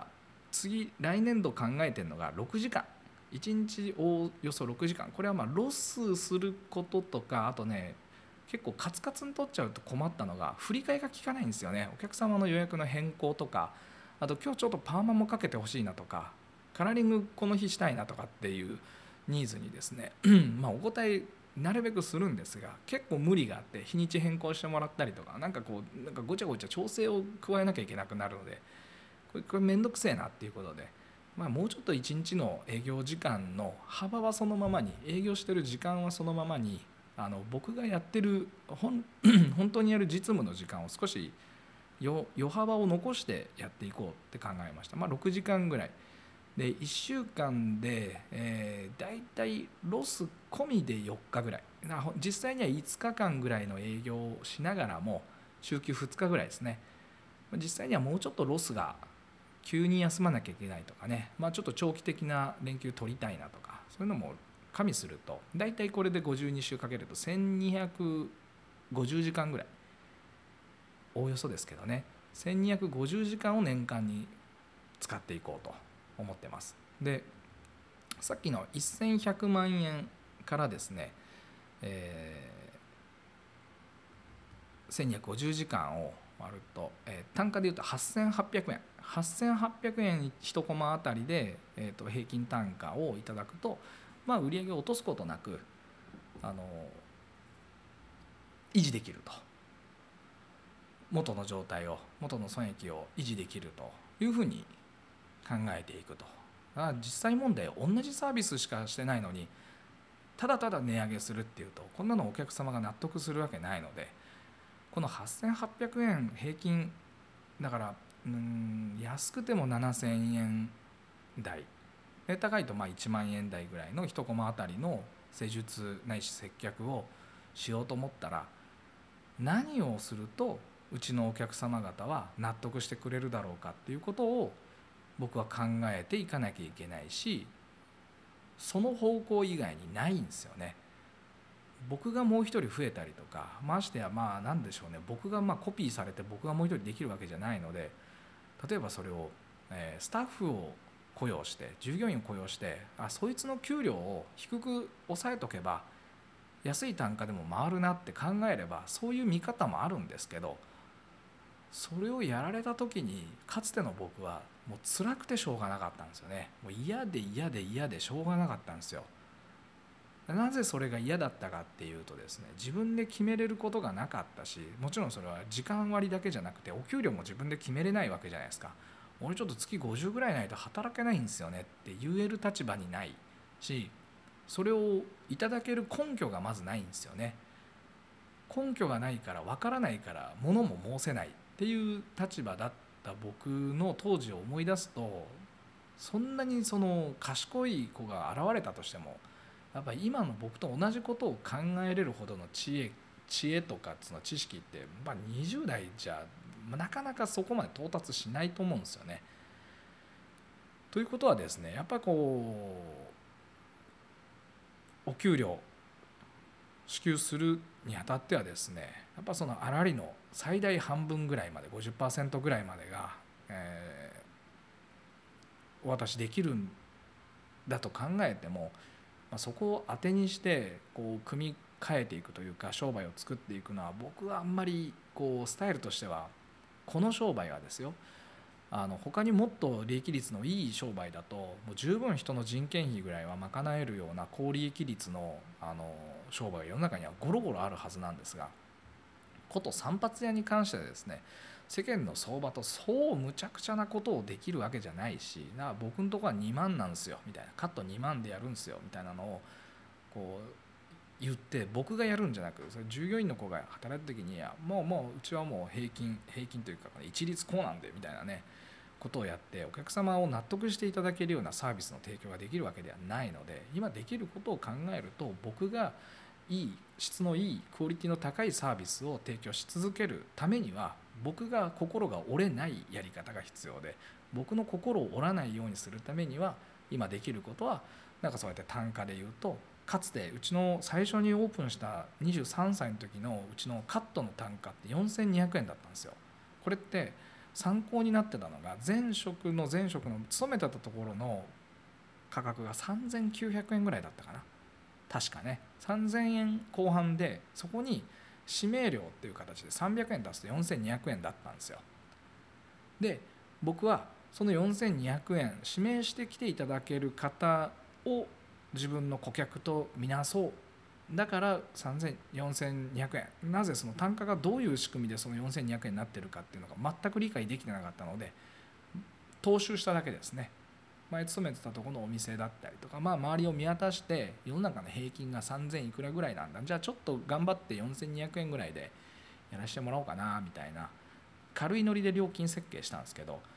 次来年度考えてるのがろくじかん、いちにちおおよそろくじかん。これはまあロスすることとか、あとね結構カツカツに取っちゃうと困ったのが振り替えが効かないんですよね。お客様の予約の変更とか、あと今日ちょっとパーマもかけてほしいなとか、カラーリングこの日したいなとかっていうニーズにですねまあお答えなるべくするんですが、結構無理があって日にち変更してもらったりとか、なんかこうなんかごちゃごちゃ調整を加えなきゃいけなくなるので、これこれめんどくせえなっていうことで、まあ、もうちょっといちにちの営業時間の幅はそのままに、営業してる時間はそのままに、あの僕がやってる本本当にやる実務の時間を少し余幅を残してやっていこうって考えました。まあ、ろくじかんぐらいでいっしゅうかんで、えー、だいたいロス込みでよっかぐらい、実際にはいつかかんぐらいの営業をしながらも週休ふつかぐらいですね。実際にはもうちょっとロスが急に休まなきゃいけないとかね、まあ、ちょっと長期的な連休取りたいなとか、そういうのも加味するとだいたいこれでごじゅうにしゅうかけるとせんにひゃくごじゅうじかんぐらい、おおよそですけどね、せんにひゃくごじゅうじかんを年間に使っていこうと思ってます。でさっきのせんひゃくまんえんからですね、えー、せんにひゃくごじゅうじかんを割ると、えー、単価でいうとはっせんはっぴゃくえんはっせんはっぴゃくえんいちコマあたりで、えー、と平均単価をいただくと、まあ、売上を落とすことなくあの維持できると、元の状態を元の損益を維持できるというふうに考えていくと。実際問題同じサービスしかしてないのにただただ値上げするっていうと、こんなのお客様が納得するわけないので、このはっせんはっぴゃくえん平均だから、うーん安くてもななせんえん台で、高いとまあいちまんえん台ぐらいのいちコマあたりの施術ないし接客をしようと思ったら、何をするとうちのお客様方は納得してくれるだろうかっていうことを僕は考えていかなきゃいけないし、その方向以外にないんですよね。僕がもう一人増えたりとか、ましてやまあ何でしょうね、僕がまあコピーされて僕がもう一人できるわけじゃないので、例えばそれを、えー、スタッフを雇用して従業員を雇用して、あそいつの給料を低く抑えとけば安い単価でも回るなって考えれば、そういう見方もあるんですけど、それをやられた時にかつての僕はもう辛くてしょうがなかったんですよね。もう嫌で嫌で嫌でしょうがなかったんですよ。なぜそれが嫌だったかっていうとですね、自分で決めれることがなかったし、もちろんそれは時間割だけじゃなくてお給料も自分で決めれないわけじゃないですか。俺ちょっと月ごじゅうぐらいないと働けないんですよねって言える立場にないし、それをいただける根拠がまずないんですよね。根拠がないから分からないから物も申せないっていう立場だった僕の当時を思い出すと、そんなにその賢い子が現れたとしてもやっぱり今の僕と同じことを考えれるほどの知恵知恵とかその知識って、まあ、にじゅう代じゃなかなかそこまで到達しないと思うんですよね。ということはですね、やっぱりこうお給料支給するにあたってはですね、やっぱその粗利の最大半分ぐらいまで ごじゅっパーセント ぐらいまでが、えー、お渡しできるんだと考えても、まあ、そこを当てにしてこう組み替えていくというか商売を作っていくのは、僕はあんまりこうスタイルとしては、この商売はですよ、あの他にもっと利益率のいい商売だともう十分人の人件費ぐらいは賄えるような高利益率のあの商売が世の中にはゴロゴロあるはずなんですが、こと散髪屋に関してはですね、世間の相場とそうむちゃくちゃなことをできるわけじゃないし、だから僕のところはにまんなんですよみたいな、カットにまんでやるんですよみたいなのをこう言って、僕がやるんじゃなく、それ従業員の子が働いた時に、もうもううちはもう平均平均というか一律こうなんでみたいなねことをやって、お客様を納得していただけるようなサービスの提供ができるわけではないので、今できることを考えると、僕がいい質のいいクオリティの高いサービスを提供し続けるためには、僕が心が折れないやり方が必要で、僕の心を折らないようにするためには今できることは、なんかそうやって単価で言うと、かつてうちの最初にオープンしたにじゅうさんさいの時のうちのカットの単価ってよんせんにひゃくえんだったんですよ。これって参考になってたのが前職の前職の勤めてたところの価格がさんぜんきゅうひゃくえんぐらいだったかな、確かね。さんぜんえんこう半で、そこに指名料っていう形でさんびゃくえん出すとよんせんにひゃくえんだったんですよ。で僕はそのよんせんにひゃくえん指名してきていただける方を自分の顧客とみなそう、だからさんぜんよんせんにひゃくえん、なぜその単価がどういう仕組みでそのよんせんにひゃくえんになってるかっていうのが全く理解できてなかったので踏襲しただけですね。前勤めてたところのお店だったりとか、まあ、周りを見渡して世の中の平均がさんぜんいくらぐらいなんだ、じゃあちょっと頑張ってよんせんにひゃくえんぐらいでやらせてもらおうかなみたいな軽いノリで料金設計したんですけど、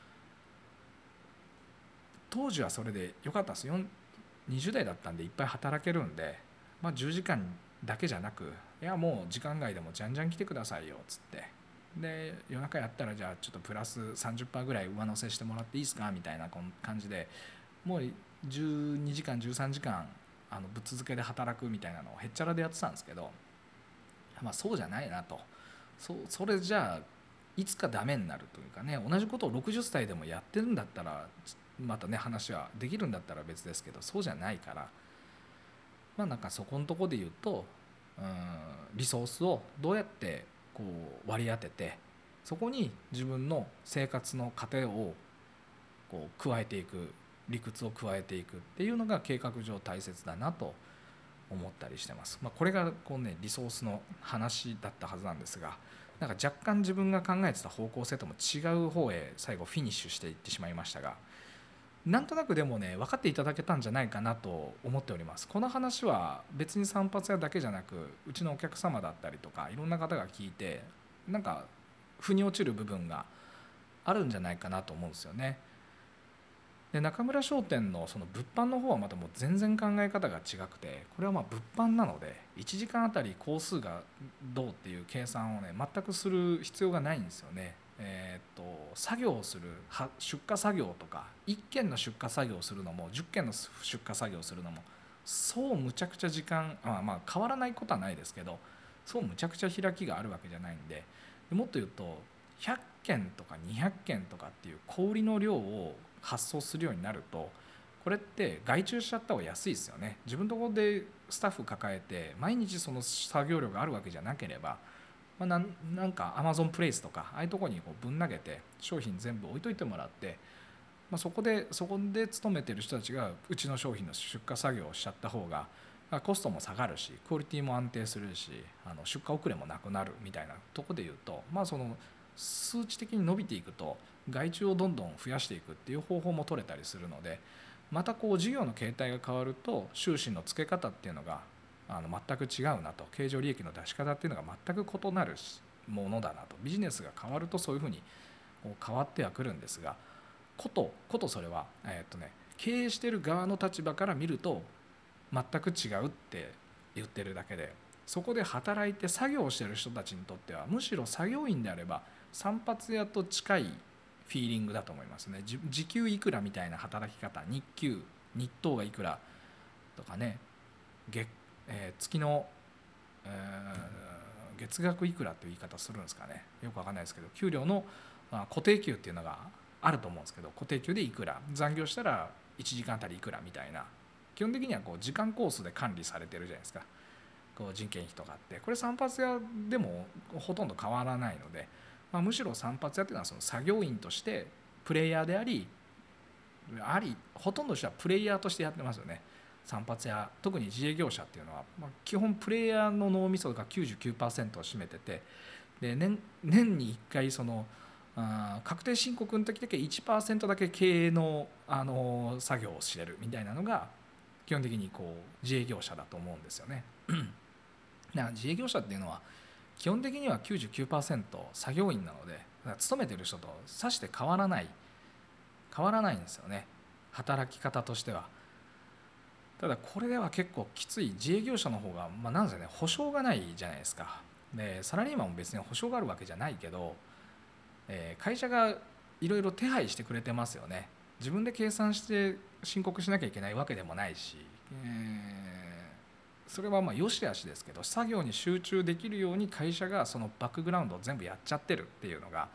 当時はそれで良かったです。にじゅう代だったんでいっぱい働けるんで、まあ、じゅうじかんだけじゃなく、いやもう時間外でもじゃんじゃん来てくださいよっつって、で夜中やったらじゃあちょっとプラス さんじゅっパーセント ぐらい上乗せしてもらっていいですかみたいな感じで、もうじゅうにじかんじゅうさんじかんあのぶっ続けで働くみたいなのをへっちゃらでやってたんですけど、まあそうじゃないなと。 そ, それじゃあいつかダメになるというかね、同じことをろくじゅっさいでもやってるんだったらまたね話はできるんだったら別ですけど、そうじゃないから、まあなんかそこのとこで言うと、うん、リソースをどうやってこう割り当てて、そこに自分の生活の糧をこう加えていく、理屈を加えていくっていうのが計画上大切だなと思ったりしてます。まあ、これがこう、ね、リソースの話だったはずなんですが、なんか若干自分が考えてた方向性とも違う方へ最後フィニッシュしていってしまいましたが、なんとなくでもね分かっていただけたんじゃないかなと思っております。この話は別に散髪屋だけじゃなく、うちのお客様だったりとかいろんな方が聞いて、なんか腑に落ちる部分があるんじゃないかなと思うんですよね。で中村商店のその物販の方はまたもう全然考え方が違くて、これはまあ物販なのでいちじかんあたり工数がどうっていう計算をね全くする必要がないんですよね。えー、っと作業をする出荷作業とか、いっけんの出荷作業をするのもじゅっけんの出荷作業をするのもそうむちゃくちゃ時間、まあ、まあ変わらないことはないですけど、そうむちゃくちゃ開きがあるわけじゃないんで、もっと言うとひゃっけんとかにひゃっけんとかっていう小売りの量を発送するようになると、これって外注しちゃった方が安いですよね。自分のところでスタッフ抱えて毎日その作業量があるわけじゃなければ、まあ、なんなんか Amazon プレイスとかああいうところにこうぶん投げて商品全部置いといてもらって、まあ、そこでそこで勤めてる人たちがうちの商品の出荷作業をしちゃった方がコストも下がるし、クオリティも安定するし、あの出荷遅れもなくなるみたいなところで言うと、まあその数値的に伸びていくと外注をどんどん増やしていくっていう方法も取れたりするので、またこう事業の形態が変わると収支の付け方っていうのがあの全く違うなと、経常利益の出し方っていうのが全く異なるものだなと、ビジネスが変わるとそういうふうに変わってはくるんですが、ことことそれは、えーっとね、経営している側の立場から見ると全く違うって言ってるだけで、そこで働いて作業をしている人たちにとってはむしろ作業員であれば散髪屋と近いフィーリングだと思いますね。時給いくらみたいな働き方、日給日当がいくらとかね、月、えー、月の、えー、月額いくらという言い方するんですかね、よくわかんないですけど、給料の固定給っていうのがあると思うんですけど、固定給でいくら、残業したらいちじかんあたりいくらみたいな、基本的にはこう時間コースで管理されてるじゃないですか。こう人件費とかって、これ散髪屋でもほとんど変わらないので、まあ、むしろ散髪屋っていうのはその作業員としてプレイヤーでありありほとんどの人はプレイヤーとしてやってますよね。散髪屋、特に自営業者っていうのは、まあ、基本プレイヤーの脳みそが きゅうじゅうきゅうパーセント を占めてて、で 年, 年にいっかいそのあ確定申告の時だけ いちパーセント だけ経営の、あの作業をしてるみたいなのが基本的にこう自営業者だと思うんですよね。だから自営業者っていうのは基本的には きゅうじゅうきゅうパーセント 作業員なので、勤めてる人とさして変わらない変わらないんですよね、働き方としては。ただこれでは結構きつい。自営業者の方が、まあ、なんせね保証がないじゃないですか。でサラリーマンも別に保証があるわけじゃないけど、えー、会社がいろいろ手配してくれてますよね。自分で計算して申告しなきゃいけないわけでもないし、えー、それはまあ良し悪しですけど、作業に集中できるように会社がそのバックグラウンドを全部やっちゃってるっていうのが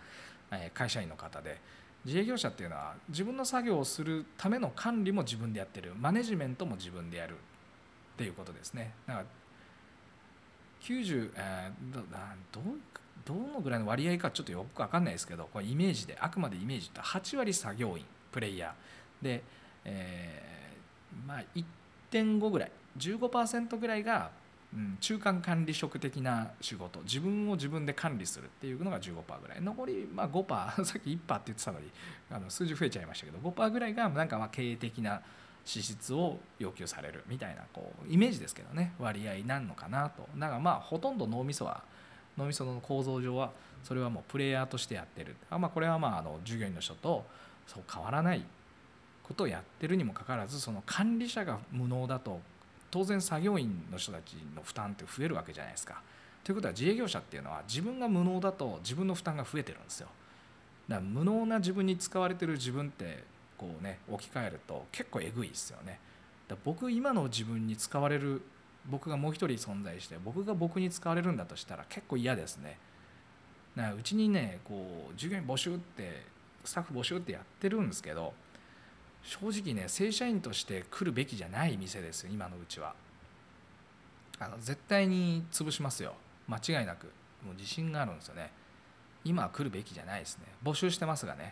えー、会社員の方で、自営業者っていうのは自分の作業をするための管理も自分でやってる、マネジメントも自分でやるっていうことですね。だからきゅうじゅう、えー、ど, ど, どのぐらいの割合かちょっとよく分かんないですけど、これイメージで、あくまでイメージってはち割作業員プレイヤーで、えー、まあ いってんご ぐらい じゅうごパーセント ぐらいが、うん、中間管理職的な仕事、自分を自分で管理するっていうのが じゅうごパーセント ぐらい、残り、まあ、ごパーセント さっき いちパーセント って言ってたのにあの数字増えちゃいましたけど ごパーセント ぐらいがなんかまあ経営的な資質を要求されるみたいなこうイメージですけどね、割合なんのかなと。だからまあほとんど脳みそは脳みその構造上はそれはもうプレイヤーとしてやってる、あ、まあ、これはまああの従業員の人とそう変わらないことをやってるにもかかわらず、その管理者が無能だと当然作業員の人たちの負担って増えるわけじゃないですか。ということは自営業者っていうのは自分が無能だと自分の負担が増えてるんですよ。だから無能な自分に使われてる自分ってこうね置き換えると結構えぐいですよね。だから僕今の自分に使われる、僕がもう一人存在して僕が僕に使われるんだとしたら結構嫌ですね。だからうちにねこう従業員募集ってスタッフ募集ってやってるんですけど、正直ね正社員として来るべきじゃない店ですよ今のうちは。あの絶対に潰しますよ、間違いなく。もう自信があるんですよね。今は来るべきじゃないですね。募集してますがね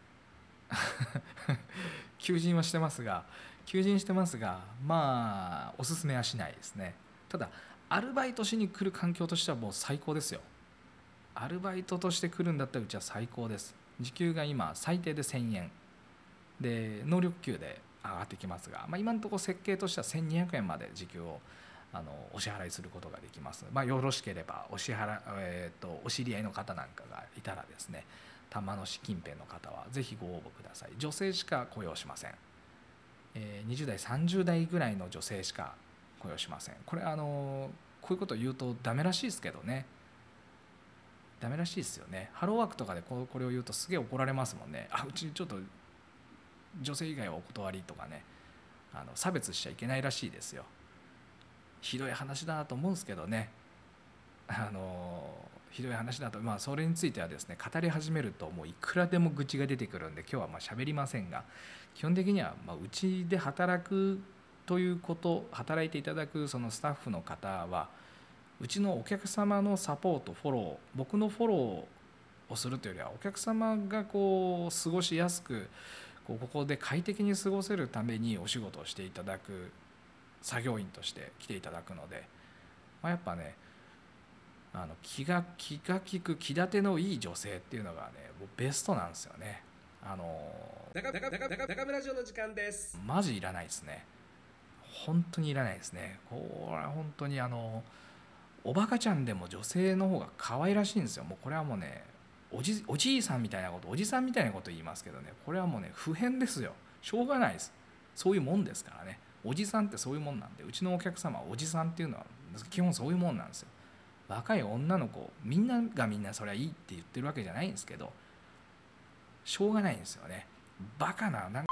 求人はしてますが求人してますがまあおすすめはしないですね。ただアルバイトしに来る環境としてはもう最高ですよ。アルバイトとして来るんだったらうちは最高です。時給が今最低でせんえんで能力給で上がってきますが、まあ、今のところ設計としてはせんにひゃくえんまで時給をあのお支払いすることができます。まあ、よろしければお支払、えー、とお知り合いの方なんかがいたらですね、玉野市近辺の方はぜひご応募ください。女性しか雇用しません。えー、にじゅう代さんじゅう代ぐらいの女性しか雇用しません。これあのこういうことを言うとダメらしいですけどね、ダメらしいですよね。ハローワークとかでこれを言うとすげえ怒られますもんね。あ、うちちょっと女性以外はお断りとかね、あの差別しちゃいけないらしいですよ。ひどい話だなと思うんですけどね、あのひどい話だと、まあ、それについてはですね語り始めるともういくらでも愚痴が出てくるんで今日はまあ喋りませんが、基本的にはまあうちで働くということ、働いていただくそのスタッフの方はうちのお客様のサポートフォロー、僕のフォローをするというよりはお客様がこう過ごしやすくここで快適に過ごせるためにお仕事をしていただく作業員として来ていただくので、まあ、やっぱねあの気が気が利く気立てのいい女性っていうのがねもうベストなんですよね。あの中村ラジオの時間です。 マジいらないですね。本当にいらないですね。これは本当にあのおバカちゃんでも女性の方が可愛らしいんですよ。もうこれはもうねおじ、おじいさんみたいなことおじさんみたいなこと言いますけどね、これはもうね不変ですよ。しょうがないです。そういうもんですからね。おじさんってそういうもんなんで、うちのお客様はおじさんっていうのは基本そういうもんなんですよ。若い女の子みんながみんなそれはいいって言ってるわけじゃないんですけど、しょうがないんですよね。バカななんか、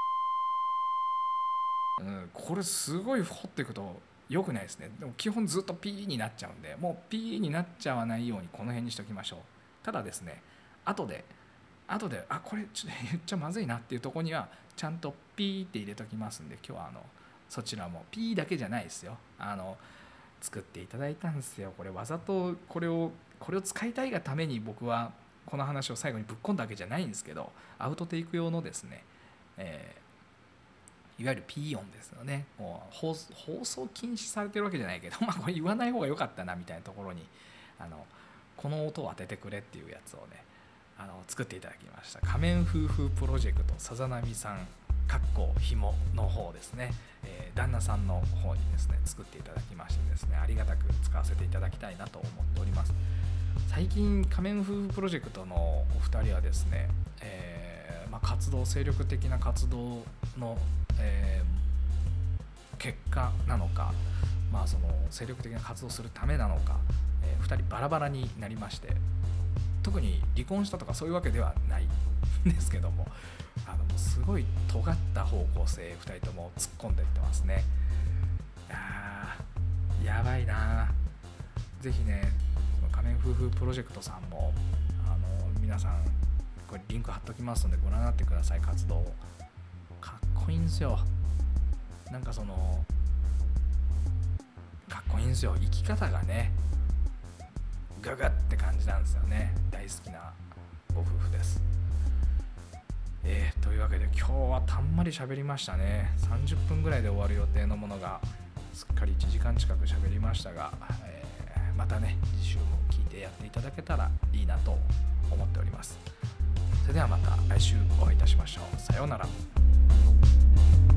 うん、これすごい掘っていくと良くないですね。でも基本ずっとピーになっちゃうんで、もうピーになっちゃわないようにこの辺にしておきましょう。ただですね、後で後であこれちょっと言っちゃまずいなっていうところにはちゃんとピーって入れときますんで、今日はあのそちらもピーだけじゃないですよ。あの作っていただいたんですよ。これわざとこれをこれを使いたいがために僕はこの話を最後にぶっ込んだわけじゃないんですけど、アウトテイク用のですね、えー、いわゆるピー音ですよね。もう 放, 放送禁止されてるわけじゃないけど、まあこれ言わない方が良かったなみたいなところにあのこの音を当ててくれっていうやつをねあの作っていただきました。仮面夫婦プロジェクトさざなみさんかっこひもの方ですね、えー、旦那さんの方にですね作っていただきましてですね、ありがたく使わせていただきたいなと思っております。最近仮面夫婦プロジェクトのお二人はですね、えーまあ、活動精力的な活動の、えー、結果なのか、まあ、その精力的な活動するためなのか、えー、ふたりバラバラになりまして、特に離婚したとかそういうわけではないんですけども、あのもうすごい尖った方向性ふたりとも突っ込んでいってますね。あーやばいな。ぜひね仮面夫婦プロジェクトさんもあの皆さんこれリンク貼っときますのでご覧になってください。活動かっこいいんですよ。なんかそのかっこいいんですよ。生き方がねググって感じなんですよね。大好きなご夫婦です。えー、というわけで今日はたんまり喋りましたね。さんじゅっぷんぐらいで終わる予定のものがすっかりいちじかん近く喋りましたが、えー、またね次週も聞いてやっていただけたらいいなと思っております。それではまた来週お会いいたしましょう。さようなら。